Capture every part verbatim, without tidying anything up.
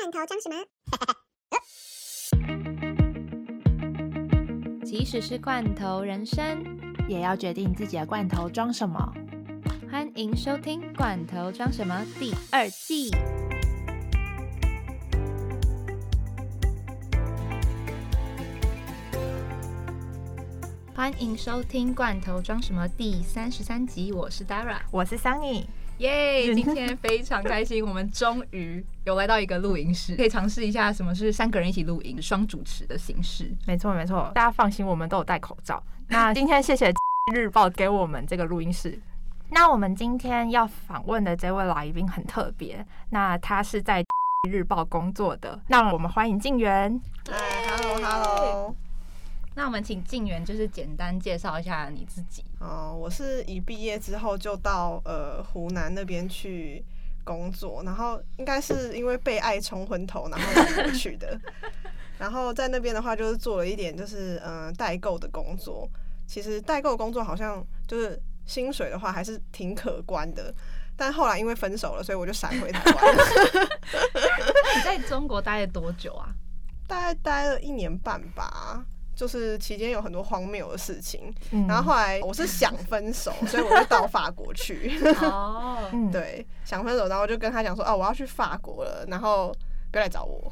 罐头装什么？ 即使是罐头人生， 也要决定自己的罐头装什么。 欢迎收听《罐头装什么》第二季。欢迎收听《罐头装什么》第三十三集，我是 Dara， 我是 Sunny。 耶！今天非常开心，我们终于有来到一个录音室，可以尝试一下什么是三个人一起录音、双主持的形式。 没错没错，大家放心，我们都有戴口罩。那今天谢谢日报给我们这个录音室。那我们今天要访问的这位来宾很特别，那他是在日报工作的，那我们欢迎静媛。 嗨 ，Hello Hello。 那我们请静媛就是简单介绍一下你自己。 哦，我是一毕业之后就到呃湖南那边去工作，然后应该是因为被爱冲昏头，然后过去的。然后在那边的话，就是做了一点就是嗯、呃、代购的工作。其实代购工作好像就是薪水的话还是挺可观的，但后来因为分手了，所以我就闪回台湾了。 你在中国待了多久啊？ 大概待了一年半吧。就是期间有很多荒谬的事情， 嗯、 然后后来我是想分手，所以我就到法国去。 哦， 对，想分手，然后就跟他讲说，哦，我要去法国了，然后不要来找我。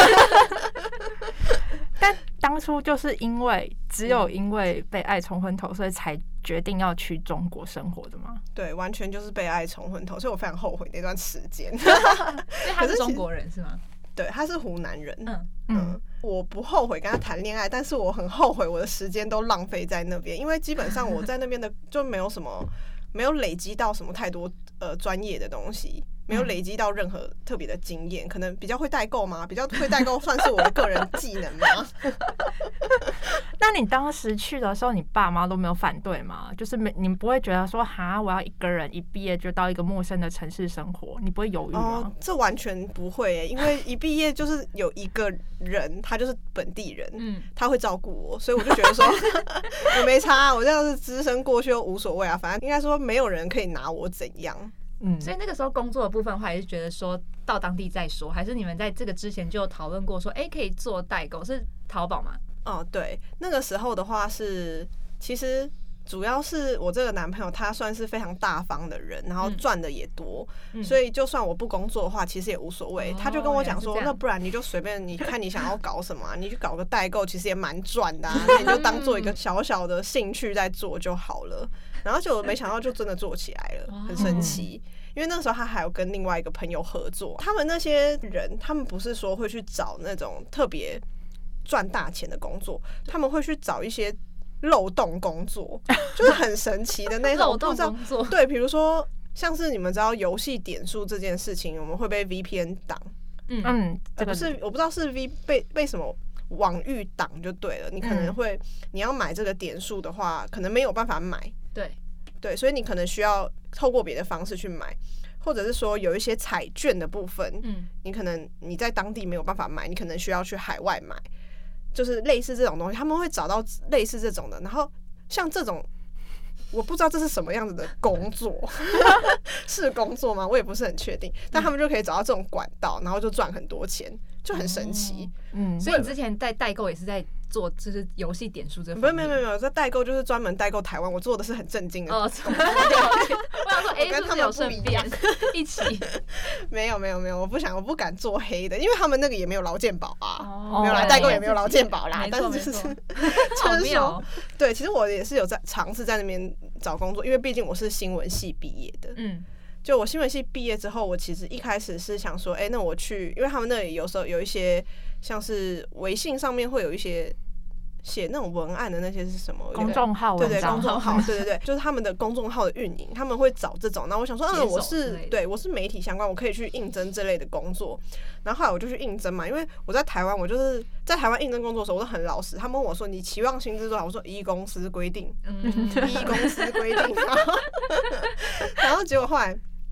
但当初就是因为只有因为被爱冲昏头，所以才决定要去中国生活的吗？ 对，完全就是被爱冲昏头，所以我非常后悔那段时间。因为他是中国人是吗？ 对，他是湖南人。 嗯嗯，我不后悔跟他谈恋爱，但是我很后悔我的时间都浪费在那边，因为基本上我在那边的就没有什么，没有累积到什么太多呃专业的东西，没有累积到任何特别的经验，可能比较会代购吗？比较会代购算是我的个人技能吗？ 那你当时去的时候，你爸妈都没有反对吗？就是没，你不会觉得说，哈，我要一个人一毕业就到一个陌生的城市生活，你不会犹豫吗？ 哦，这完全不会耶，因为一毕业就是有一个人，他就是本地人，嗯，他会照顾我，所以我就觉得说，我没差啊，我这样是只身过去又无所谓啊，反正应该说没有人可以拿我怎样。 嗯，所以那个时候工作的部分的话，还是觉得说到当地再说，还是你们在这个之前就有讨论过说，哎、欸，可以做代购，是淘宝吗？ 哦，对，那个时候的话是，其实主要是我这个男朋友他算是非常大方的人，然后赚的也多、嗯，所以就算我不工作的话，其实也无所谓、哦。他就跟我讲说，那不然你就随便，你看你想要搞什么、啊，你去搞个代购，其实也蛮赚的、啊，你就当做一个小小的兴趣在做就好了。然后就没想到就真的做起来了，很神奇。因为那时候他还有跟另外一个朋友合作，他们那些人，他们不是说会去找那种特别赚大钱的工作，他们会去找一些漏洞工作，就是很神奇的那种漏洞工作。 对，比如说像是你们知道游戏点数这件事情，我们会被 V P N 挡。 嗯嗯，这个不是，我不知道是 V 被被什么网域挡就对了。你可能会、嗯，你要买这个点数的话，可能没有办法买。 对对，所以你可能需要透过别的方式去买。或者是说有一些彩券的部分，嗯，你可能你在当地没有办法买，你可能需要去海外买，就是类似这种东西，他们会找到类似这种的。然后像这种，我不知道这是什么样子的工作，是工作吗？我也不是很确定。但他们就可以找到这种管道，然后就赚很多钱，就很神奇。 嗯，所以你之前在代购也是在做就是游戏点数这方面？ 没有没有没有，这代购就是专门代购台湾，我做的是很正经的。哦， 我想说，哎、欸，跟他们不一样，一起。 没有没有没有，我不想，我不敢做黑的，因为他们那个也没有劳健保啊，哦、没有啦，代购也没有劳健保啦。但是就是就是说，对，其实我也是有在尝试在那边找工作，因为毕竟我是新闻系毕业的。嗯。就我新闻系毕业之后，我其实一开始是想说，哎、欸，那我去，因为他们那里有时候有一些像是微信上面会有一些写那种文案的那些是什么公众号文章， 对对，公众号，对对对，就是他们的公众号的运营，他们会找这种。然后我想说，嗯，我是对我是媒体相关，我可以去应征这类的工作。然后后来我就去应征嘛，因为我在台湾，我就是在台湾应征工作的时候，我都很老实。他们问我说：“你期望薪资多少？”我说：“依公司规定。”嗯，依公司规定。然后，然后结果后来。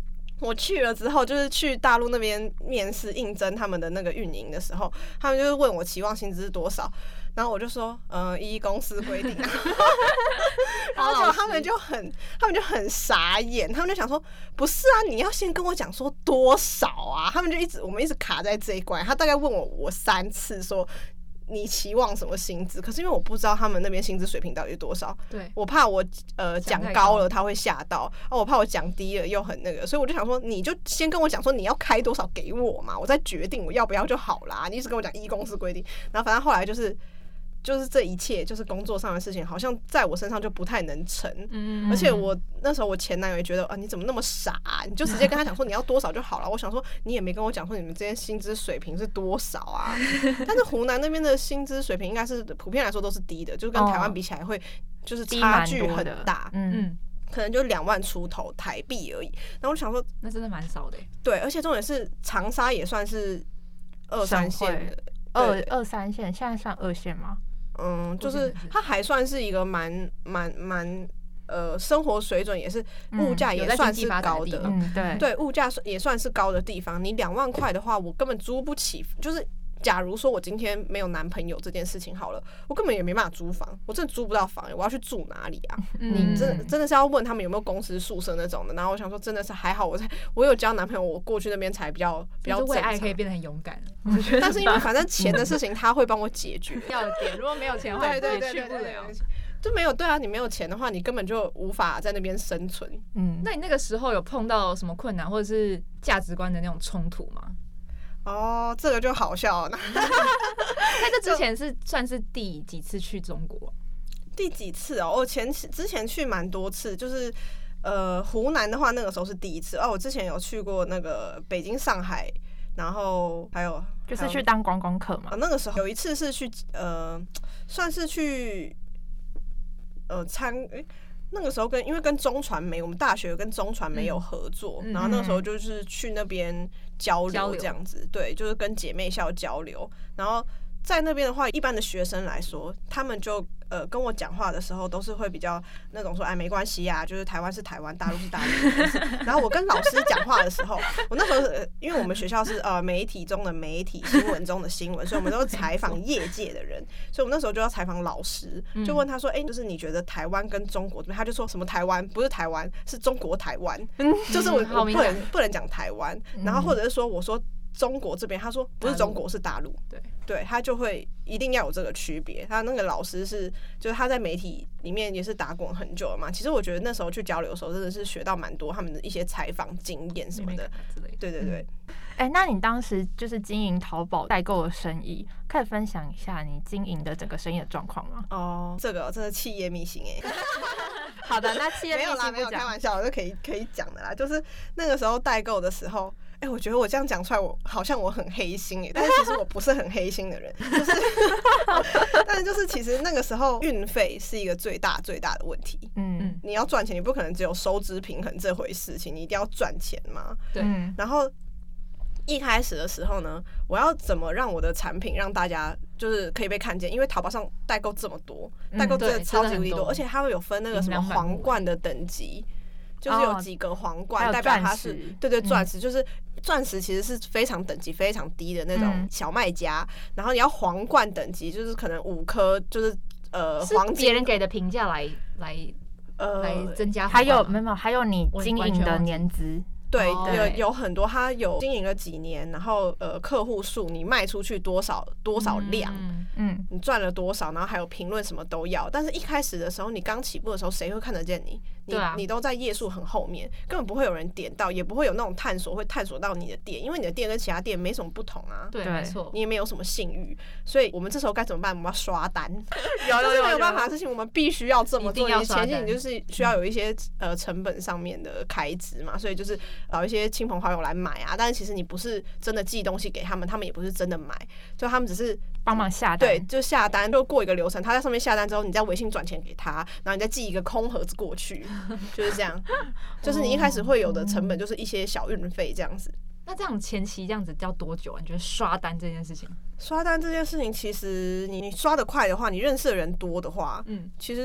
我去了之后，就是去大陆那边面试应征他们的那个运营的时候，他们就是问我期望薪资是多少，然后我就说，呃，依公司规定啊。然后结果他们就很，他们就很傻眼，他们就想说，不是啊，你要先跟我讲说多少啊？他们就一直，我们一直卡在这一关。他大概问我我三次说，你期望什么薪资？可是因为我不知道他们那边薪资水平到底是多少， 对， 我怕我呃讲高了他会吓到，啊，我怕我讲低了又很那个，所以我就想说，你就先跟我讲说你要开多少给我嘛，我再决定我要不要就好啦。你一直跟我讲依公司规定，然后反正后来就是。就是这一切，就是工作上的事情，好像在我身上就不太能成。嗯，而且我那时候我前男友也觉得啊，你怎么那么傻啊？你就直接跟他讲说你要多少就好了。我想说你也没跟我讲说你们这些薪资水平是多少啊？但是湖南那边的薪资水平应该是普遍来说都是低的，就是跟台湾比起来会就是差距很大。嗯。可能就两万出头台币而已。然后我想说， 那真的蛮少的。 对，而且重点是长沙也算是二三线的， 二二三线，现在算二线吗？ 嗯，就是它还算是一个蛮蛮蛮呃，生活水准也是物价也算是高的， 嗯，对对，物价也算是高的地方。你两万块的话，我根本租不起。就是假如说我今天没有男朋友这件事情好了，我根本也没办法租房，我真的租不到房，我要去住哪里啊？嗯、你真的真的是要问他们有没有公司宿舍那种的。然后我想说，真的是还好我才我有交男朋友，我过去那边才比较比较正常。 为爱可以变得很勇敢。 但是因为反正钱的事情他会帮我解决。 要点，如果没有钱的话， 对也去不了。 就没有对啊，你没有钱的话，你根本就无法在那边生存。 嗯，那你那个时候有碰到什么困难，或者是价值观的那种冲突吗？ 哦，这个就好笑了。 在这之前是算是第几次去中国？ 第几次哦？我前之前去蛮多次，就是呃湖南的话，那个时候是第一次。哦，我之前有去过那个北京、上海，然后还有就是去当观光客嘛。 啊，那个时候有一次是去呃，算是去呃参诶。那个时候跟因为跟中传媒，我们大学跟中传媒有合作，嗯、然后那个时候就是去那边交流这样子，对，就是跟姐妹校交流。然后在那边的话，一般的学生来说，他们就呃跟我讲话的时候，都是会比较那种说，哎，没关系啊，就是台湾是台湾，大陆是大陆。然后我跟老师讲话的时候，我那时候、呃、因为我们学校是呃媒体中的媒体，新闻中的新闻，所以我们都是采访业界的人，所以我们那时候就要采访老师，就问他说，哎、欸，就是你觉得台湾跟中国这边，他就说什么台湾不是台湾，是中国台湾，就是我我不能不能讲台湾，然后或者是说我说。中国这边，他说不是中国是大陆，对对，他就会一定要有这个区别。他那个老师是，就是他在媒体里面也是打滚很久了嘛。其实我觉得那时候去交流的时候，真的是学到蛮多他们的一些采访经验什么的。对对对。 哎、欸，那你当时就是经营淘宝代购的生意，可以分享一下你经营的整个生意的状况吗？ 哦，这个真的企业秘辛哎、欸。 好的，那企业秘辛没有啦，没有开玩笑，就可以可以讲的啦。就是那个时候代购的时候。哎、欸，我觉得我这样讲出来，我好像我很黑心哎、欸，但是其实我不是很黑心的人，就是，但是就是其实那个时候运费是一个最大最大的问题。嗯，你要赚钱，你不可能只有收支平衡这回事情，你一定要赚钱嘛。对。然后一开始的时候呢，我要怎么让我的产品让大家就是可以被看见？因为淘宝上代购这么多，代购真的超级无敌多，而且它会有分那个什么皇冠的等级。就是有几个皇冠，代表它是对对钻石，就是钻石其实是非常等级非常低的那种小卖家，然后你要皇冠等级，就是可能五颗，就是呃黄金， 别人给的评价来来呃来增加， 还有没有还有你经营的年资。 对，有有很多，他有经营了几年，然后呃，客户数你卖出去多少多少量，嗯，你赚了多少，然后还有评论什么都要。但是一开始的时候，你刚起步的时候，谁会看得见你？你、啊、你都在页数很后面，根本不会有人点到，也不会有那种探索会探索到你的店，因为你的店跟其他店没什么不同啊。 对，没错， 你也没有什么信誉，所以我们这时候该怎么办？我们要刷单，有有有没有办法的事情，我们必须要这么做。你前期你就是需要有一些呃成本上面的开支嘛，所以就是找一些亲朋好友来买啊。但是其实你不是真的寄东西给他们，他们也不是真的买，就他们只是帮忙下单。 对，就下单，就过一个流程，他在上面下单之后，你在微信转钱给他，然后你再寄一个空盒子过去。就是这样，就是你一开始会有的成本就是一些小运费这样子。 那这样前期这样子要多久啊？你觉得刷单这件事情？ 刷单这件事情，其实你你刷得快的话，你认识的人多的话，嗯，其实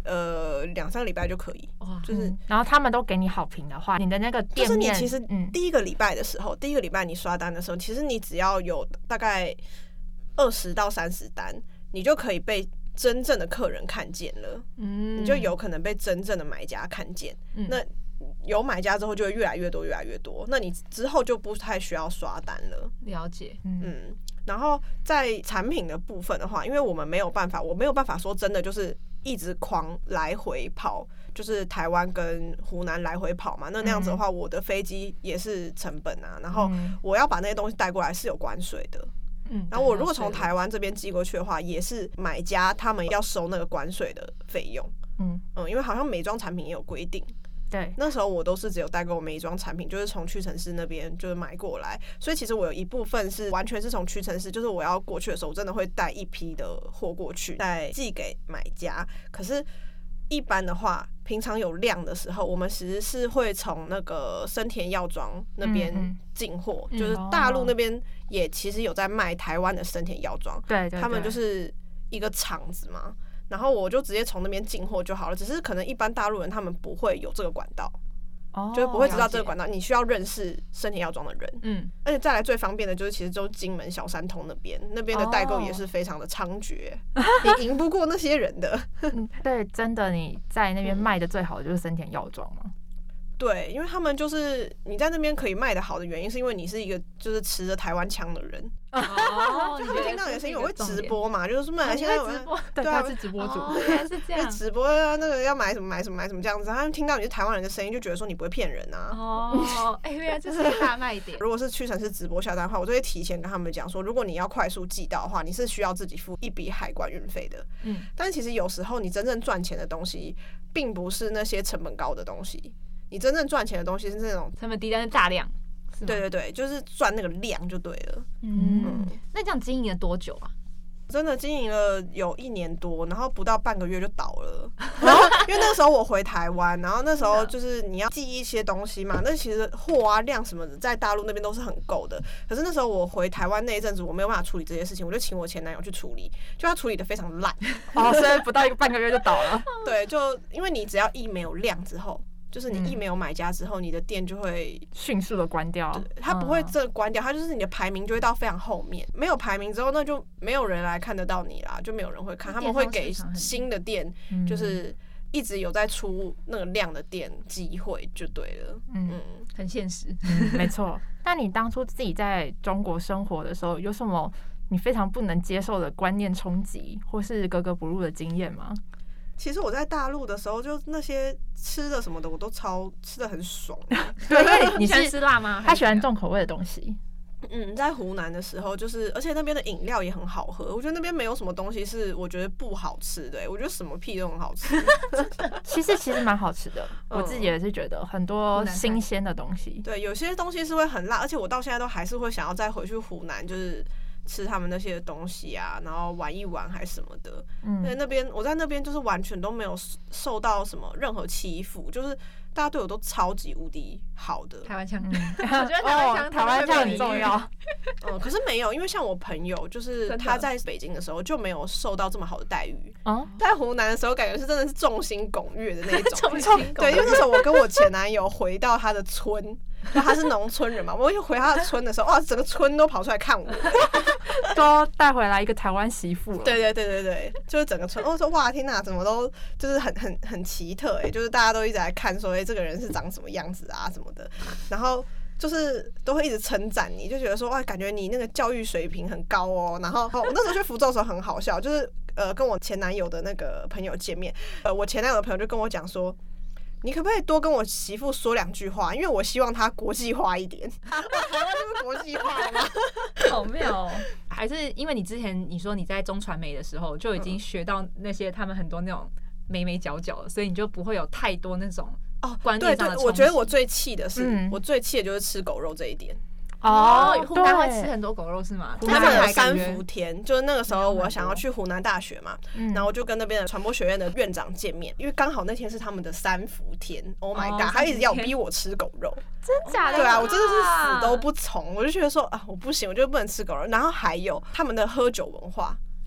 呃两三个礼拜就可以，就是、 嗯、然后他们都给你好评的话，你的那个店面， 就是你其实第一个礼拜的时候，嗯、第一个礼拜你刷单的时候，其实你只要有大概二十到三十单，你就可以被真正的客人看见了，嗯，你就有可能被真正的买家看见，嗯、那有买家之后就会越来越多越来越多，那你之后就不太需要刷单了。 了解， 嗯。嗯，然后在产品的部分的话，因为我们没有办法，我没有办法说真的就是一直狂来回跑，就是台湾跟湖南来回跑嘛。那那样子的话，我的飞机也是成本啊，然后我要把那些东西带过来是有关税的。嗯，然后我如果从台湾这边寄过去的话，也是买家他们要收那个关税的费用。嗯嗯，因为好像美妆产品也有规定。 对， 那时候我都是只有代购美妆产品，就是从屈臣氏那边就是买过来，所以其实我有一部分是完全是从屈臣氏，就是我要过去的时候，我真的会带一批的货过去，再寄给买家。可是，一般的话，平常有量的时候，我们其实是会从那个生田药妆那边进货，嗯嗯、就是大陆那边也其实有在卖台湾的生田药妆， 对, 对, 对， 他们就是一个厂子嘛。然后我就直接从那边进货就好了，只是可能一般大陆人他们不会有这个管道，哦，就是不会知道这个管道，你需要认识生田药妆的人，嗯，而且再来最方便的就是其实就是金门小三通那边，那边的代购也是非常的猖獗，哦、你赢不过那些人的。 嗯，对，真的你在那边卖的最好的就是生田药妆嘛。 对，因为他们就是你在那边可以卖的好的原因，是因为你是一个就是持着台湾腔的人。哦，就他们听到也是因为我会直播嘛，就是说买现在直播， 对，他是直播主， 哦、原来是这样。 直播那个要买什么买什么买什么这样子，他们听到你是台湾人的声音，就觉得说你不会骗人啊。 哦，哎、欸，原来这是个大卖点。 如果是屈臣氏直播下单的话，我就会提前跟他们讲说，如果你要快速寄到的话，你是需要自己付一笔海关运费的。嗯，但是其实有时候你真正赚钱的东西，并不是那些成本高的东西。你真正赚钱的东西是那种成本低但是大量，是对对对，就是赚那个量就对了。 嗯，嗯那这样经营了多久啊？ 真的经营了有一年多，然后不到半个月就倒了。然后因为那时候我回台湾，然后那时候就是你要寄一些东西嘛，那其实货啊量什么的在大陆那边都是很够的。可是那时候我回台湾那一阵子，我没有办法处理这些事情，我就请我前男友去处理，就他处理的非常烂。 哦，所以不到一个半个月就倒了。 对，就因为你只要一没有量之后。就是你一没有买家之后，嗯、你的店就会迅速的关掉。 它不会这关掉，它就是你的排名就会到非常后面。没有排名之后，那就没有人来看得到你啦，就没有人会看。他们会给新的店，就是一直有在出那个量的店机会，就对了。嗯，嗯很现实。 嗯、没错。那你当初自己在中国生活的时候，有什么你非常不能接受的观念冲击，或是格格不入的经验吗？ 其实我在大陆的时候，就那些吃的什么的，我都超吃的很爽。 对，因为你喜欢吃辣吗？ 他喜欢重口味的东西。 嗯，在湖南的时候，就是而且那边的饮料也很好喝。我觉得那边没有什么东西是我觉得不好吃的、欸，我觉得什么屁都很好吃。 其实其实蛮好吃的，我自己也是觉得很多新鲜的东西。 对，有些东西是会很辣，而且我到现在都还是会想要再回去湖南，就是吃他们那些东西啊，然后玩一玩还是什么的。嗯，那边我在那边就是完全都没有受到什么任何欺负，就是大家对我都超级无敌好的。 台湾腔，嗯、我觉得台湾腔、 哦、台湾腔很重要。 嗯，可是没有，因为像我朋友，就是他在北京的时候就没有受到这么好的待遇。哦，在湖南的时候，感觉是真的是众星拱月的那一种。 众星拱月。 对，因为那时候我跟我前男友回到他的村。就他是农村人嘛，我一回他的村的时候，哇，整个村都跑出来看我， 都带回来一个台湾媳妇了。 对对对对对，就是整个村，我说哇天哪，怎么都就是很很很奇特哎、欸，就是大家都一直在看说，哎、欸，这个人是长什么样子啊什么的，然后就是都会一直称赞你，就觉得说哇，感觉你那个教育水平很高哦。然后我那时候去福州的时候很好笑，就是呃跟我前男友的那个朋友见面，呃我前男友的朋友就跟我讲说。你可不可以多跟我媳妇说两句话？因为我希望她国际化一点。台湾就是国际化了吗？ 好妙哦！还是因为你之前你说你在中传媒的时候就已经学到那些他们很多那种眉眉角角，所以你就不会有太多那种哦观念上的冲击。 对对，我觉得我最气的是，嗯、我最气的就是吃狗肉这一点。 哦，湖南会吃很多狗肉是吗？ 湖南有三伏天，就是那个时候我想要去湖南大学嘛，嗯、然后就跟那边的传播学院的院长见面，因为刚好那天是他们的三伏天。Oh my god！、哦、他一直要逼我吃狗肉， 真假的？ 对啊，我真的是死都不从，我就觉得说啊，我不行，我就不能吃狗肉。然后还有他们的喝酒文化。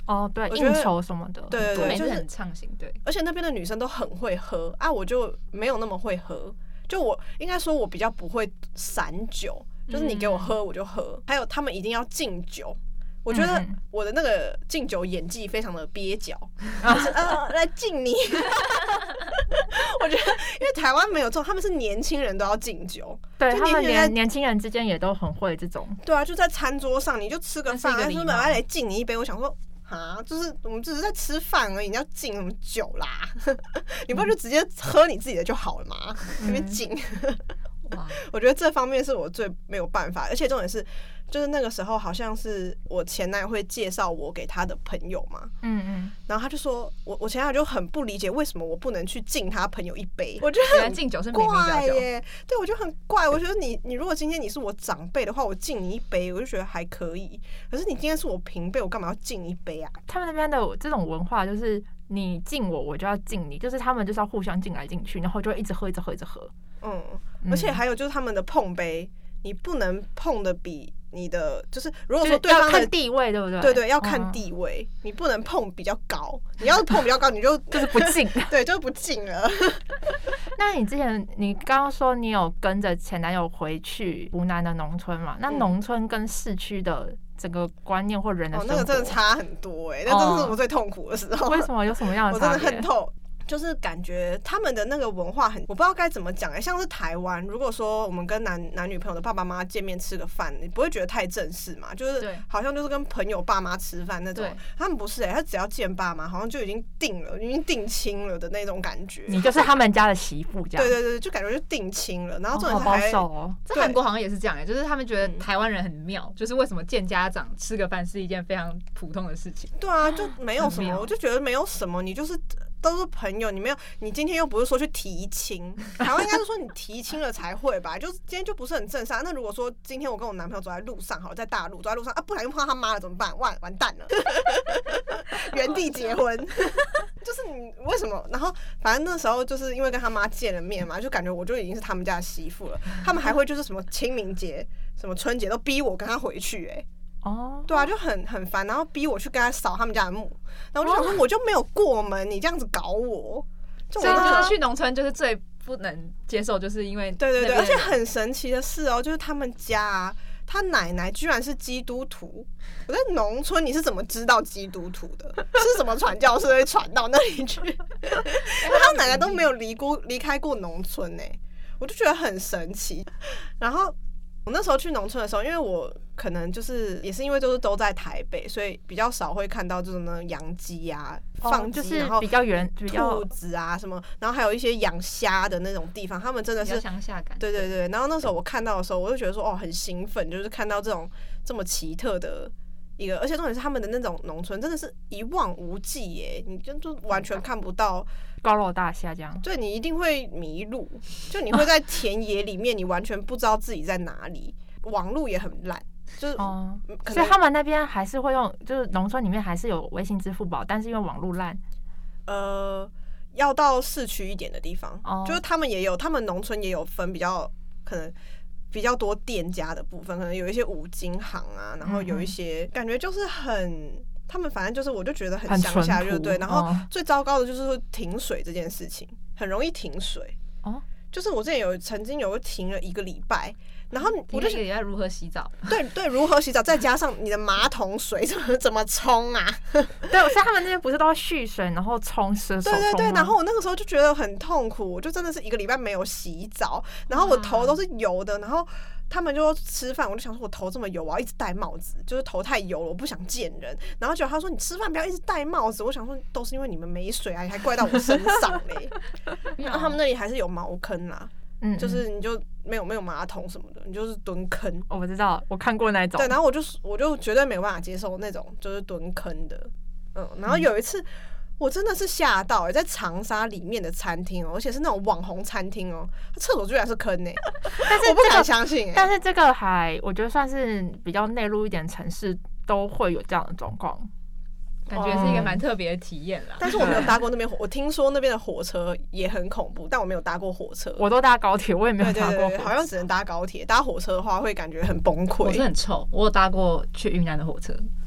哦，对，应酬什么的， 对对对， 就是很畅行，对。 而且那边的女生都很会喝啊，我就没有那么会喝。就我应该说，我比较不会散酒，就是你给我喝我就喝。嗯、还有他们一定要敬酒，我觉得我的那个敬酒演技非常的蹩脚，嗯、就是呃来敬你。我觉得，因为台湾没有这种，他们是年轻人都要敬酒， 对他们连年轻人之间也都很会这种。 对啊，就在餐桌上，你就吃个饭，他说来来敬你一杯，我想说。啊，就是我们只是在吃饭而已，你要敬什么酒啦？你不就直接喝你自己的就好了嘛？那边敬，我觉得这方面是我最没有办法，而且重点是，就是那个时候好像是我前男友会介绍我给他的朋友嘛，嗯嗯，然后他就说我我前男友就很不理解为什么我不能去敬他朋友一杯，我觉得敬酒是美美怪耶，对我觉得很怪，我觉得你你如果今天你是我长辈的话，我敬你一杯我就觉得还可以，可是你今天是我平辈，我干嘛要敬一杯啊？ 他们那边的这种文化就是你敬我，我就要敬你，就是他们就是要互相敬来敬去，然后就会一直喝，一直喝，一直喝。嗯， 而且还有就是他们的碰杯，你不能碰的比你的就是如果说对方的要看地位，对不对？ 对对，要看地位，嗯、你不能碰比较高。你要是碰比较高，你就就是不敬， 对，就是不敬了。 那你之前你刚刚说你有跟着前男友回去湖南的农村嘛？那农村跟市区的整个观念或人的生活， 哦，那个真的差很多哎、欸，那真的是我最痛苦的时候。 为什么？有什么样的差别？ 我真的很痛。就是感觉他们的那个文化很，我不知道该怎么讲哎、欸，像是台湾，如果说我们跟男男女朋友的爸爸妈妈见面吃个饭，你不会觉得太正式嘛？就是好像就是跟朋友爸妈吃饭那种，他们不是哎、欸，他只要见爸妈，好像就已经定了，已经定亲了的那种感觉。 你就是他们家的媳妇这样。 对对对，就感觉就定亲了，然后重点是还、哦、好保守哦。 在韩国好像也是这样哎、欸，就是他们觉得台湾人很妙，嗯、就是为什么见家长吃个饭是一件非常普通的事情。 对啊，就没有什么，我就觉得没有什么，你就是。都是朋友，你没有，你今天又不是说去提亲，台湾应该是说你提亲了才会吧？就今天就不是很正常。那如果说今天我跟我男朋友走在路上，好，在大陆走在路上啊，不小心碰到他妈了怎么办？完完蛋了，原地结婚。就是你为什么？然后反正那时候就是因为跟他妈见了面嘛，就感觉我就已经是他们家的媳妇了。他们还会就是什么清明节、什么春节都逼我跟他回去、欸，哎。哦， oh. 对啊，就很很烦，然后逼我去跟他扫他们家的墓，然后我就想说，我就没有过门，你这样子搞我， 就我就是去农村就是最不能接受，就是因为对对对，而且很神奇的是哦，就是他们家啊，他奶奶居然是基督徒。我在农村，你是怎么知道基督徒的？是什么传教士会传到那里去？因为他奶奶都没有离过离开过农村呢，我就觉得很神奇。然后我那时候去农村的时候，因为我可能就是也是因为就是都在台北，所以比较少会看到这种呢养鸡啊、放鸡， 哦、就是然后比较远、比较兔子啊什么，然后还有一些养虾的那种地方，他们真的是乡下感。 对对对，然后那时候我看到的时候，我就觉得说哦很兴奋，就是看到这种这么奇特的一个，而且重点是他们的那种农村真的是一望无际耶，你就就完全看不到高楼大厦这样， 对，你一定会迷路，就你会在田野里面，你完全不知道自己在哪里，网路也很烂。就是、 哦，所以他们那边还是会用，就是农村里面还是有微信、支付宝，但是因为网路烂， 呃，要到市区一点的地方，哦、就是他们也有，他们农村也有分比较可能比较多店家的部分，可能有一些五金行啊，然后有一些、嗯、感觉就是很，他们反正就是我就觉得很乡下，就对。然后最糟糕的就是说停水这件事情，很容易停水。哦，就是我之前有曾经有停了一个礼拜。然后我就想要如何洗澡， 对对，如何洗澡，再加上你的马桶水怎么怎么冲啊？ 对，所以他们那边不是都要蓄水，然后冲湿手冲吗？ 对对对，然后我那个时候就觉得很痛苦，我就真的是一个礼拜没有洗澡，然后我头都是油的，然后他们就吃饭，我就想说我头这么油，我要一直戴帽子，就是头太油了，我不想见人。然后结果他说你吃饭不要一直戴帽子，我想说都是因为你们没水啊，你还怪到我身上嘞。然后他们那里还是有茅坑啦。嗯，就是你就没有没有马桶什么的，你就是蹲坑。 哦，我知道，我看过那种。 对，然后我就我就绝对没有办法接受那种就是蹲坑的。嗯，然后有一次我真的是吓到、欸，在长沙里面的餐厅哦、喔，而且是那种网红餐厅哦、喔，厕所居然是坑呢、欸，但是、這個、我不敢相信、欸。 但是这个还我觉得算是比较内陆一点城市都会有这样的状况。 感觉是一个蛮特别的体验啦， 但是我没有搭过那边火，我听说那边的火车也很恐怖，但我没有搭过火车。 我都搭高铁，我也没有搭过火车。 对对对，好像只能搭高铁，搭火车的话会感觉很崩溃。 火车很臭，我有搭过去云南的火车，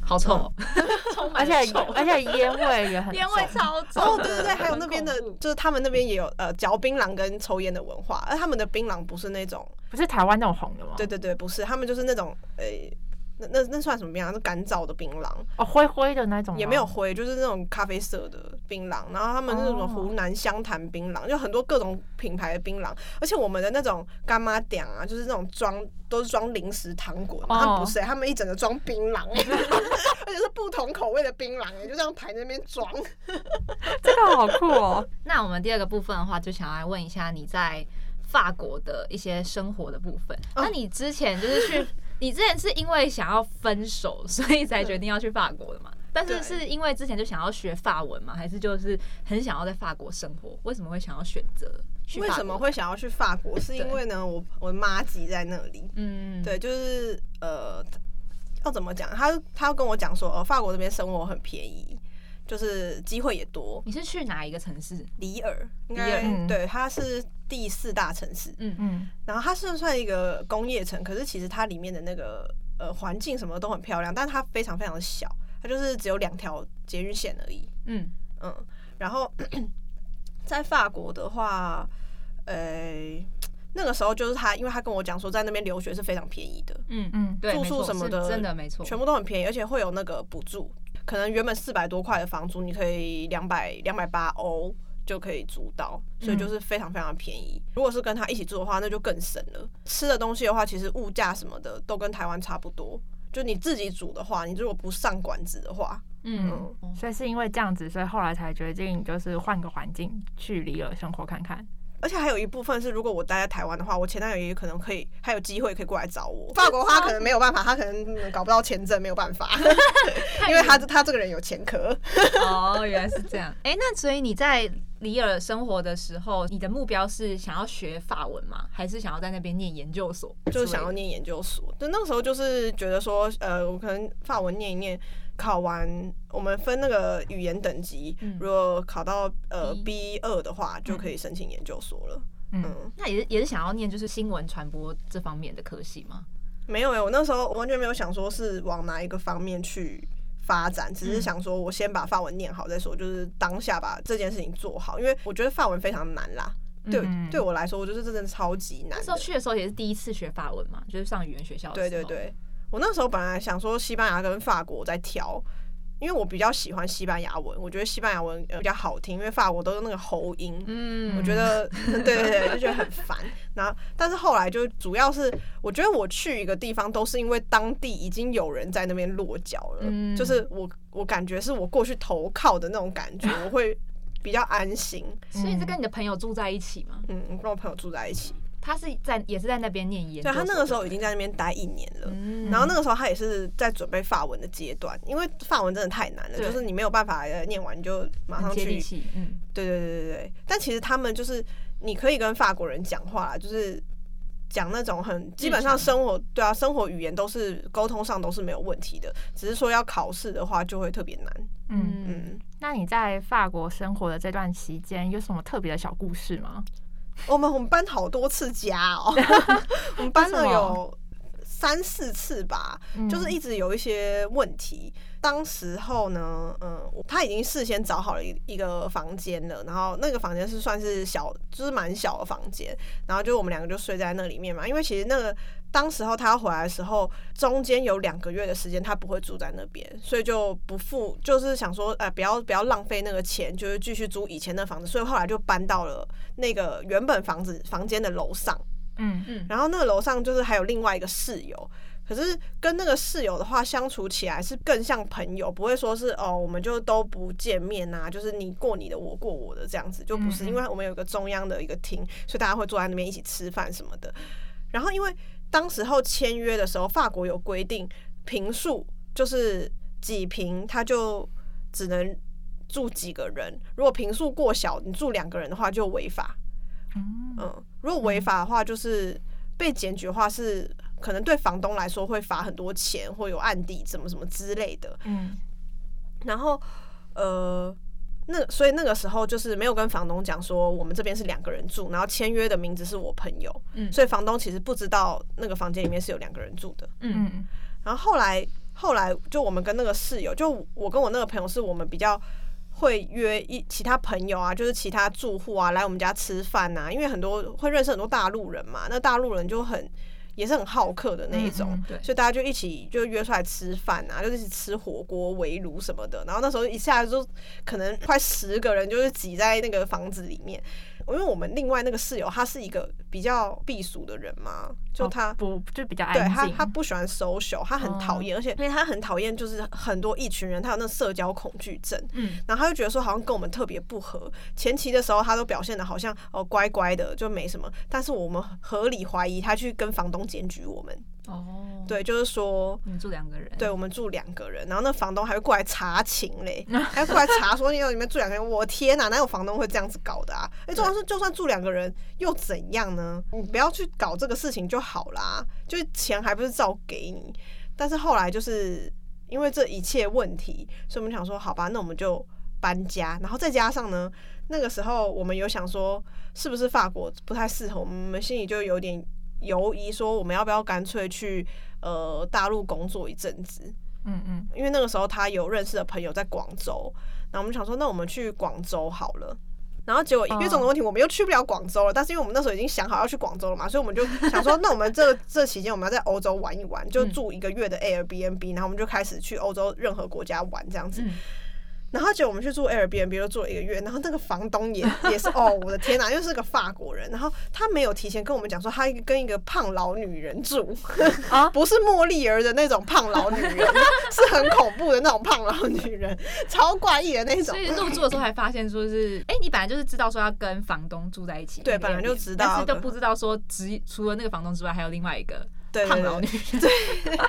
好臭，充而且满臭， 而且烟味也很烟味重。 超重。 哦，对对对，还有那边的很恐怖， 就是他们那边也有呃嚼槟榔跟抽烟的文化，而他们的槟榔不是那种， 不是台湾那种红的吗？ 对对对，不是，他们就是那种呃。那那那算什么槟榔？是干燥的槟榔， 哦，灰灰的那种吗， 也没有灰，就是那种咖啡色的槟榔。然后他们那种湖南湘潭槟榔，就很多各种品牌的槟榔。而且我们的那种干妈店啊，就是那种装都是装零食糖果的嘛，他们不是、欸，他们一整个装槟榔、欸，而且是不同口味的槟榔、欸，就这样排在那边装。 这个好酷哦。 那我们第二个部分的话，就想来问一下你在法国的一些生活的部分。 哦、 那你之前就是去。你之前是因为想要分手，所以才决定要去法国的嘛？但是是因为之前就想要学法文嘛，还是就是很想要在法国生活？为什么会想要选择去法国？ 为什么会想要去法国？是因为呢，我我的妈籍在那里，嗯，对，就是呃，要怎么讲？他他跟我讲说，呃，法国这边生活很便宜。就是机会也多。 你是去哪一个城市？ 里尔，应该、嗯、对，它是第四大城市。嗯嗯，然后它是算一个工业城，可是其实它里面的那个呃环境什么都很漂亮，但是它非常非常的小，它就是只有两条捷运线而已。嗯嗯，然后在法国的话，呃。那个时候就是他，因为他跟我讲说，在那边留学是非常便宜的，嗯嗯，住宿什么的， 真的没错， 全部都很便宜，而且会有那个补助，可能原本四百多块的房租，你可以两百两百八欧就可以租到，所以就是非常非常便宜。如果是跟他一起住的话，那就更省了。吃的东西的话，其实物价什么的都跟台湾差不多。就你自己煮的话，你如果不上馆子的话， 嗯，嗯所以是因为这样子，所以后来才决定就是换个环境去里尔生活看看。 而且还有一部分是，如果我待在台湾的话，我前男友也可能可以，还有机会可以过来找我。法国的话可能没有办法，他可能搞不到签证，没有办法，因为他他这个人有前科。 哦，原来是这样。哎、欸，那所以你在里尔生活的时候，你的目标是想要学法文吗？还是想要在那边念研究所？ 就是想要念研究所。就那个时候就是觉得说，呃，我可能法文念一念。考完，我们分那个语言等级，嗯、如果考到呃 B 二的话，就可以申请研究所了。嗯，嗯那也是也是想要念就是新闻传播这方面的科系吗？ 没有哎、欸，我那时候完全没有想说是往哪一个方面去发展，只是想说我先把法文念好再说，就是当下把这件事情做好，因为我觉得法文非常难啦。对，嗯、对我来说，我觉得这真的超级难的。 那时候去的时候也是第一次学法文嘛，就是上语言学校的时候。 对对对。我那时候本来想说西班牙跟法国在挑，因为我比较喜欢西班牙文，我觉得西班牙文比较好听，因为法国都是那个喉音，嗯，我觉得对对对，就觉得很烦。然后，但是后来就主要是，我觉得我去一个地方都是因为当地已经有人在那边落脚了，嗯、就是我我感觉是我过去投靠的那种感觉，我会比较安心。 所以你是跟你的朋友住在一起吗？ 嗯，我跟我朋友住在一起。 他是在也是在那边念研究所， 对，他那个时候已经在那边待一年了，嗯、然后那个时候他也是在准备法文的阶段，因为法文真的太难了，就是你没有办法念完就马上去，嗯，对对对对对。但其实他们就是你可以跟法国人讲话啦，就是讲那种很基本上生活，对啊，生活语言都是沟通上都是没有问题的，只是说要考试的话就会特别难。 嗯嗯。那你在法国生活的这段期间有什么特别的小故事吗？ 我们我们搬好多次家哦，我们搬了有三四次吧，就是一直有一些问题。当时候呢，嗯，他已经事先找好了一一个房间了，然后那个房间是算是小，就是蛮小的房间，然后就我们两个就睡在那里面嘛。因为其实那个当时候他要回来的时候，中间有两个月的时间他不会住在那边，所以就不付，就是想说，呃，不要不要浪费那个钱，就是继续租以前的房子，所以后来就搬到了那个原本房子房间的楼上。嗯嗯，然后那个楼上就是还有另外一个室友。可是跟那个室友的话相处起来是更像朋友，不会说是哦我们就都不见面啊，就是你过你的我过我的这样子，就不是，因为我们有一个中央的一个厅，所以大家会坐在那边一起吃饭什么的。然后因为当时候签约的时候，法国有规定坪数就是几坪，他就只能住几个人，如果坪数过小，你住两个人的话就违法。嗯，如果违法的话，就是被检举的话是。可能对房东来说会罚很多钱，或有案底什么什么之类的。嗯，然后呃，那所以那个时候就是没有跟房东讲说我们这边是两个人住，然后签约的名字是我朋友，嗯，所以房东其实不知道那个房间里面是有两个人住的。嗯，然后后来后来就我们跟那个室友，就我跟我那个朋友是我们比较会约一其他朋友啊，就是其他住户啊来我们家吃饭啊，因为很多会认识很多大陆人嘛，那大陆人就很也是很好客的那一种， 嗯、 所以大家就一起就约出来吃饭啊，就是一起吃火锅、围炉什么的。然后那时候一下子就可能快十个人，就是挤在那个房子里面。因为我们另外那个室友他是一个比较避俗的人嘛，就他、 哦、不就比较安静， 对他他不喜欢 social， 他很讨厌、哦，而且因为他很讨厌就是很多一群人，他有那社交恐惧症，嗯，然后他就觉得说好像跟我们特别不合。前期的时候他都表现的好像哦乖乖的就没什么，但是我们合理怀疑他去跟房东检举我们。哦，对，就是说你们住两个人， 对我们住两个人，然后那房东还会过来查寝嘞，还会过来查说你有里面住两个人，我天哪，哪有房东会这样子搞的啊？哎、欸，重要是就算住两个人又怎样呢？你不要去搞这个事情就好啦，就是钱还不是照给你。但是后来就是因为这一切问题，所以我们想说，好吧，那我们就搬家，然后再加上呢，那个时候我们有想说，是不是法国不太适合，我们心里就有点犹疑，说我们要不要干脆去呃大陆工作一阵子？嗯嗯，因为那个时候他有认识的朋友在广州，然后我们想说，那我们去广州好了。然后结果因为这种问题，我们又去不了广州了。但是因为我们那时候已经想好要去广州了嘛，所以我们就想说，那我们这这期间我们要在欧洲玩一玩，就住一个月的 Airbnb， 然后我们就开始去欧洲任何国家玩这样子。嗯，然后结果我们去住 Airbnb 就住了一个月，然后那个房东也也是哦，我的天哪，又是个法国人，然后他没有提前跟我们讲说他跟一个胖老女人住，啊、不是茉莉儿的那种胖老女人，是很恐怖的那种胖老女人，超怪异的那种。 所以入住的时候还发现说是，哎、欸，你本来就是知道说要跟房东住在一起， 对，本来就知道， 但是都不知道说只除了那个房东之外，还有另外一个胖老女人， 对，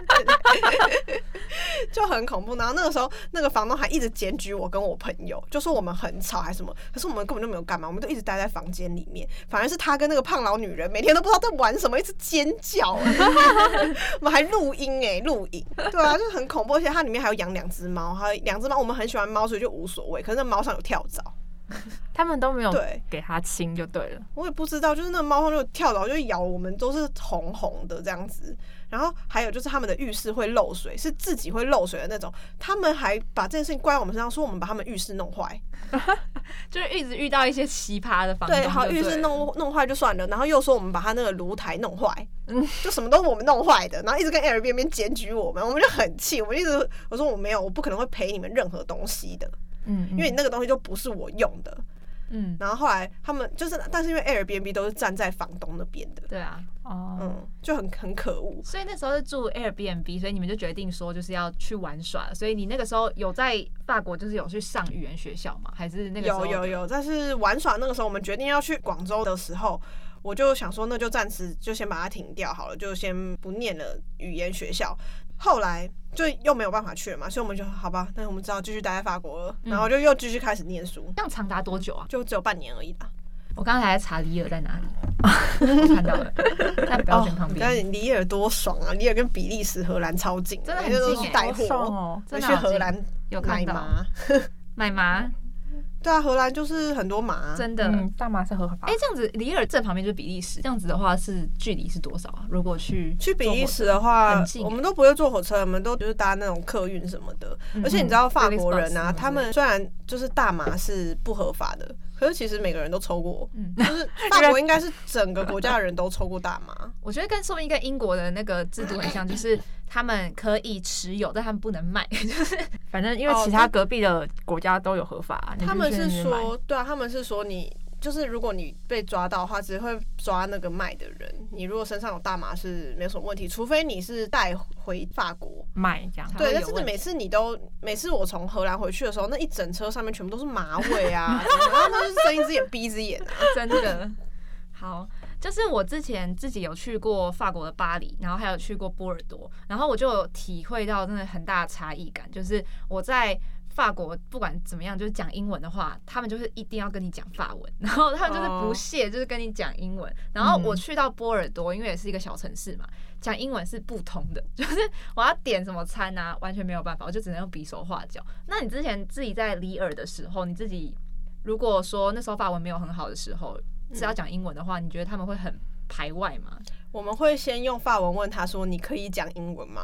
就很恐怖。然后那个时候，那个房东还一直检举我跟我朋友，就说我们很吵还是什么。可是我们根本就没有干嘛，我们就一直待在房间里面。反而是他跟那个胖老女人每天都不知道在玩什么，一直尖叫、欸。我们还录音哎、欸，录影，对啊，就很恐怖。而且它里面还有养两只猫，还有两只猫，我们很喜欢猫，所以就无所谓。可是那猫上有跳蚤。 他们都没有给他亲就对了， 我也不知道，就是那个猫上就跳蚤就咬我们，都是红红的这样子。然后还有就是他们的浴室会漏水，是自己会漏水的那种。他们还把这件事情怪在我们身上，说我们把他们浴室弄坏， 就是一直遇到一些奇葩的房东。 对，好，浴室弄弄坏就算了，然后又说我们把他那个炉台弄坏，嗯，就什么都是我们弄坏的，然后一直跟 Airbnb 检举我们，我们就很气，我们一直我说我没有，我不可能会赔你们任何东西的，嗯，因为你那个东西就不是我用的。嗯，然后后来他们就是，但是因为 Airbnb 都是站在房东那边的， 对啊，哦， 嗯，就很很可恶。 所以那时候是住 Airbnb， 所以你们就决定说就是要去玩耍。所以你那个时候有在法国就是有去上语言学校吗？还是那个时候有有有？但是玩耍那个时候，我们决定要去广州的时候，我就想说，那就暂时就先把它停掉好了，就先不念了语言学校。后来就又没有办法去了嘛，所以我们就好吧，那我们只好继续待在法国了，嗯、然后就又继续开始念书。 这样长达多久啊？ 就只有半年而已啦。 我刚才还在查里尔在哪里，我看到了，在标准旁边。 但、哦、里尔多爽啊！里尔跟比利时、荷兰超近， 真的很近耶， 带货哦， 真的去荷兰有看到买麻， 买麻。 对啊，荷兰就是很多麻， 真的， 嗯、大麻是合法。 哎、欸，这样子，里尔正旁边就是比利时，这样子的话是距离是多少啊？如果去去比利时的话，我们都不会坐火车，我们都就是搭那种客运什么的。嗯、而且你知道法国人啊，他们虽然就是大麻是不合法的，可是其实每个人都抽过，嗯，就是法国应该是整个国家的人都抽过大麻。 我觉得跟说不定跟英国的那个制度很像，就是他们可以持有，但他们不能卖，就是反正因为其他隔壁的国家都有合法、啊， 他们是说，对啊，他们是说你就是如果你被抓到的话，只会抓那个卖的人。你如果身上有大麻是没有什么问题，除非你是带回法国卖这样。 对，但是每次你都每次我从荷兰回去的时候，那一整车上面全部都是麻味啊，然后他们就是睁一只眼闭一只眼啊， 真的。好，就是我之前自己有去过法国的巴黎，然后还有去过波尔多，然后我就有体会到真的很大的差异感，就是我在法国不管怎么样，就是讲英文的话，他们就是一定要跟你讲法文，然后他们就是不屑，就是跟你讲英文。然后我去到波尔多，因为也是一个小城市嘛，讲英文是不通的，就是我要点什么餐啊，完全没有办法，我就只能用比手画脚。那你之前自己在里尔的时候，你自己如果说那时候法文没有很好的时候，只要讲英文的话，你觉得他们会很排外吗？ 我们会先用法文问他说：“你可以讲英文吗？”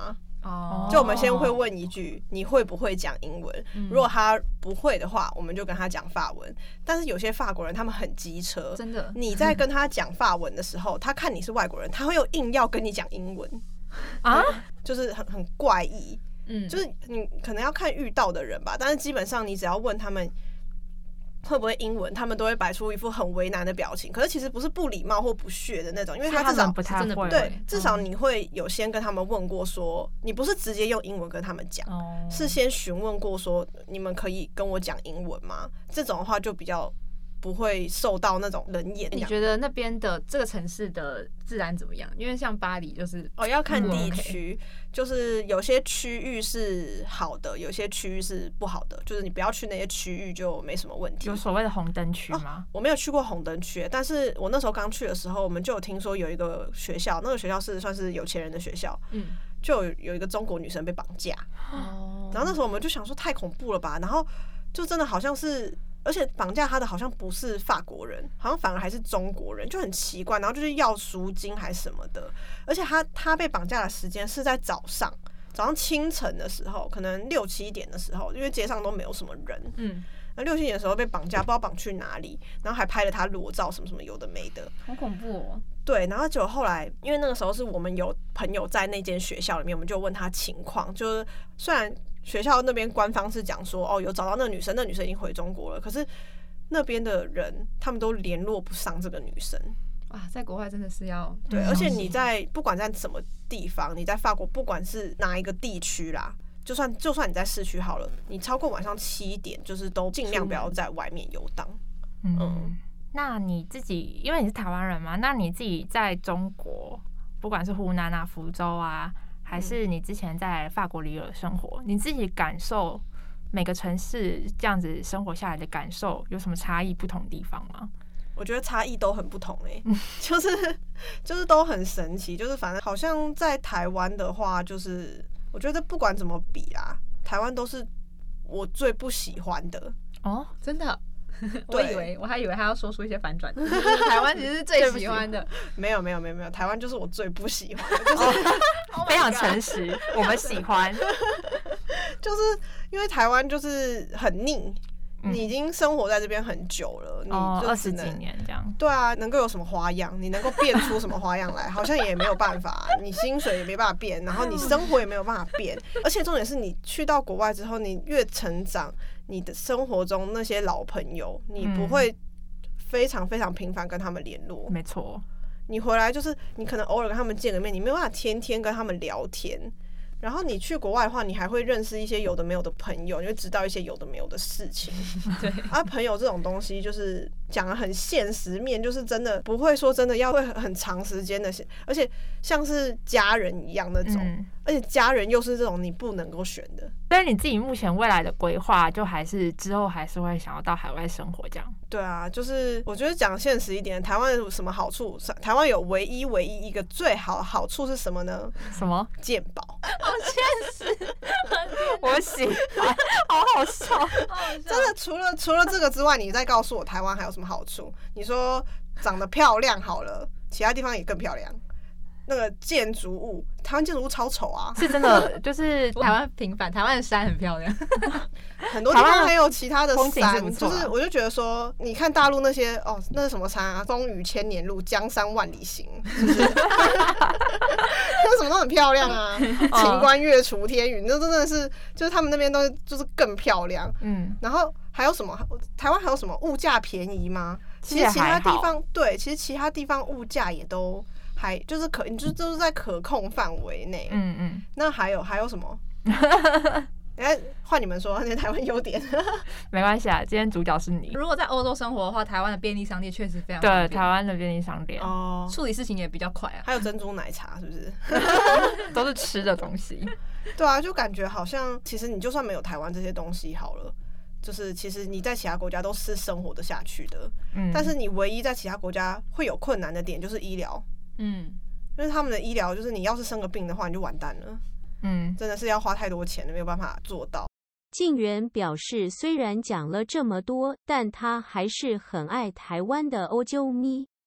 哦， 就我们先会问一句你会不会讲英文、嗯、如果他不会的话我们就跟他讲法文。但是有些法国人他们很机车， 真的，你在跟他讲法文的时候他看你是外国人，他会又硬要跟你讲英文啊，就是很很怪异。嗯，就是你可能要看遇到的人吧，但是基本上你只要问他们会不会英文，他们都会摆出一副很为难的表情。可是其实不是不礼貌或不屑的那种，因为他至少不太会， 对，至少你会有先跟他们问过说，你不是直接用英文跟他们讲、哦，是先询问过说你们可以跟我讲英文吗？这种的话就比较不会受到那种冷眼。 你觉得那边的这个城市的治安怎么样？因为像巴黎就是哦，要看地区、嗯 okay， 就是有些区域是好的，有些区域是不好的，就是你不要去那些区域就没什么问题。 有所谓的红灯区吗、 哦？我没有去过红灯区，但是我那时候刚去的时候，我们就有听说有一个学校，那个学校是算是有钱人的学校，嗯，就有有一个中国女生被绑架，哦，然后那时候我们就想说太恐怖了吧，然后就真的好像是。而且绑架他的好像不是法国人，好像反而还是中国人，就很奇怪。然后就是要赎金还是什么的，而且他他被绑架的时间是在早上，早上清晨的时候，可能六七点的时候，因为街上都没有什么人。嗯，那六七点的时候被绑架，不知道绑去哪里，然后还拍了他裸照，什么什么有的没的， 好恐怖哦。 对，然后结果后来，因为那个时候是我们有朋友在那间学校里面，我们就问他情况，就是虽然。学校那边官方是讲说，哦，有找到那个女生，那个女生已经回中国了。可是那边的人他们都联络不上这个女生。 哇，在国外真的是要对，而且你在不管在什么地方，你在法国不管是哪一个地区啦，就算就算你在市区好了，你超过晚上七点，就是都尽量不要在外面游荡。 嗯，嗯，那你自己因为你是台湾人嘛，那你自己在中国，不管是湖南啊、福州啊。还是你之前在法国里尔生活，你自己感受每个城市这样子生活下来的感受有什么差异不同地方吗？ 我觉得差异都很不同哎、欸，就是就是都很神奇，就是反正好像在台湾的话，就是我觉得不管怎么比啦，台湾都是我最不喜欢的哦，真的。我以为我还以为他要说出一些反转，台湾其实是最喜欢的。 没有没有没有没有，台湾就是我最不喜欢的，就是、 oh、非常诚实，我们喜欢， 就是因为台湾就是很腻。你已经生活在这边很久了， 哦、 你就二十几年这样。 对啊，能够有什么花样？你能够变出什么花样来？好像也没有办法。你薪水也没办法变，然后你生活也没有办法变。而且重点是你去到国外之后，你越成长，你的生活中那些老朋友，你不会非常非常频繁跟他们联络。 没错， 你回来就是你可能偶尔跟他们见个面，你没有办法天天跟他们聊天。然后你去国外的话，你还会认识一些有的没有的朋友，你会知道一些有的没有的事情。 对啊，朋友这种东西就是讲得很现实面，就是真的不会说真的要会很长时间的，而且像是家人一样那种、嗯，而且家人又是这种你不能够选的。 所以你自己目前未来的规划，就还是之后还是会想要到海外生活这样？ 对啊，就是我觉得讲现实一点，台湾有什么好处？台湾有唯一唯一一个最好的好处是什么呢？ 什么？ 健保。 好现实， 我喜欢，好好笑。 真的，除了除了这个之外，你再告诉我台湾还有什么好处？你说长得漂亮好了，其他地方也更漂亮。那个建筑物，台湾建筑物超丑啊！ 是真的，就是台湾平凡，台湾的山很漂亮， 很多地方还有其他的山， 是就是我就觉得说，你看大陆那些哦，那是什么山啊？风雨千年路，江山万里行，是不是？那什么都很漂亮啊，晴关月除天云，那真的是，就是他们那边都就是更漂亮。嗯，然后还有什么？台湾还有什么物价便宜吗？其实其他地方对，其实其他地方物价也都。还就是可，你就都是在可控范围内。嗯嗯。那还有还有什么？哎，换你们说那些台湾优点。 没关系啊，今天主角是你。 如果在欧洲生活的话，台湾的便利商店确实非常方便。对，台湾的便利商店哦，处理事情也比较快啊。 还有珍珠奶茶，是不是？ 都是吃的东西。 对啊，就感觉好像其实你就算没有台湾这些东西好了。就是其实你在其他国家都是生活得下去的。嗯。但是你唯一在其他国家会有困难的点就是医疗。嗯，因为他们的医疗就是你要是生个病的话，你就完蛋了。嗯，真的是要花太多钱了，没有办法做到。 静媛表示，虽然讲了这么多，但他还是很爱台湾的欧啾咪。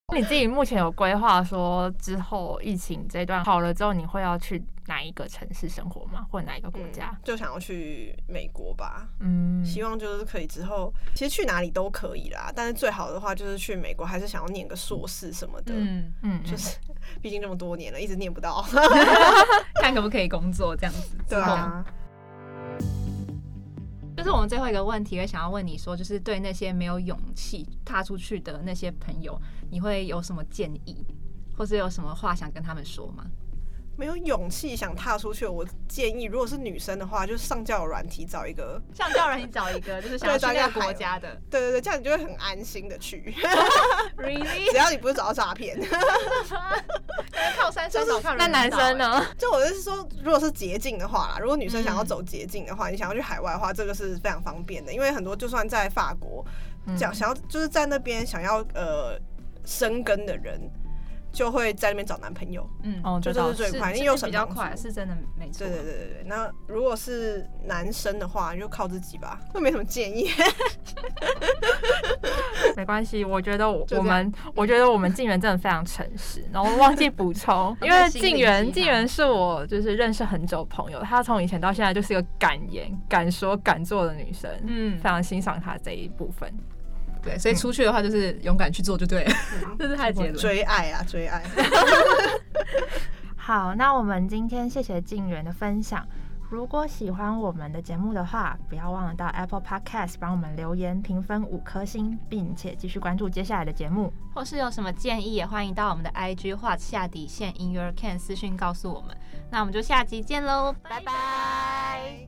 你自己目前有规划说之后疫情这段好了之后，你会要去哪一个城市生活吗？或者哪一个国家？ 嗯、就想要去美国吧。 嗯， 希望就是可以之后，其实去哪里都可以啦。但是最好的话就是去美国，还是想要念个硕士什么的。嗯嗯，就是毕竟这么多年了，一直念不到， 看可不可以工作这样子。 对啊。 就是我们最后一个问题，会想要问你说，就是对那些没有勇气踏出去的那些朋友，你会有什么建议，或是有什么话想跟他们说吗？ 没有勇气想踏出去，我建议如果是女生的话，就上交友软体找一个， 上交友软体找一个，就是想要去那个国家的， 对对对，这样你就会很安心的去。 Really？ 只要你不是找到诈骗。 靠山山找靠人。 那男生呢？ 就我就是说，如果是捷径的话啦，如果女生想要走捷径的话，嗯、你想要去海外的话，这个是非常方便的，因为很多就算在法国，讲、嗯、想要就是在那边想要呃生根的人。就会在那边找男朋友，嗯，哦，就这是最快，因为又比较快，是真的没错。 对对对对对。那如果是男生的话，就靠自己吧，都没什么建议。 没关系，我觉得我们，我觉得我们静媛真的非常诚实，然后忘记补充，因为静媛，静媛是我就是认识很久的朋友，她从以前到现在就是一个敢言、敢说、敢做的女生，嗯，非常欣赏她这一部分。 对，所以出去的话就是勇敢去做就对了，嗯、这是他的结论。 追爱啊，追爱。 好，那我们今天谢谢静媛的分享。如果喜欢我们的节目的话，不要忘了到 Apple Podcast 帮我们留言评分五颗星，并且继续关注接下来的节目。 或是有什么建议，也欢迎到我们的 I G 或下底线 In Your Can 私讯告诉我们。那我们就下集见喽，拜拜。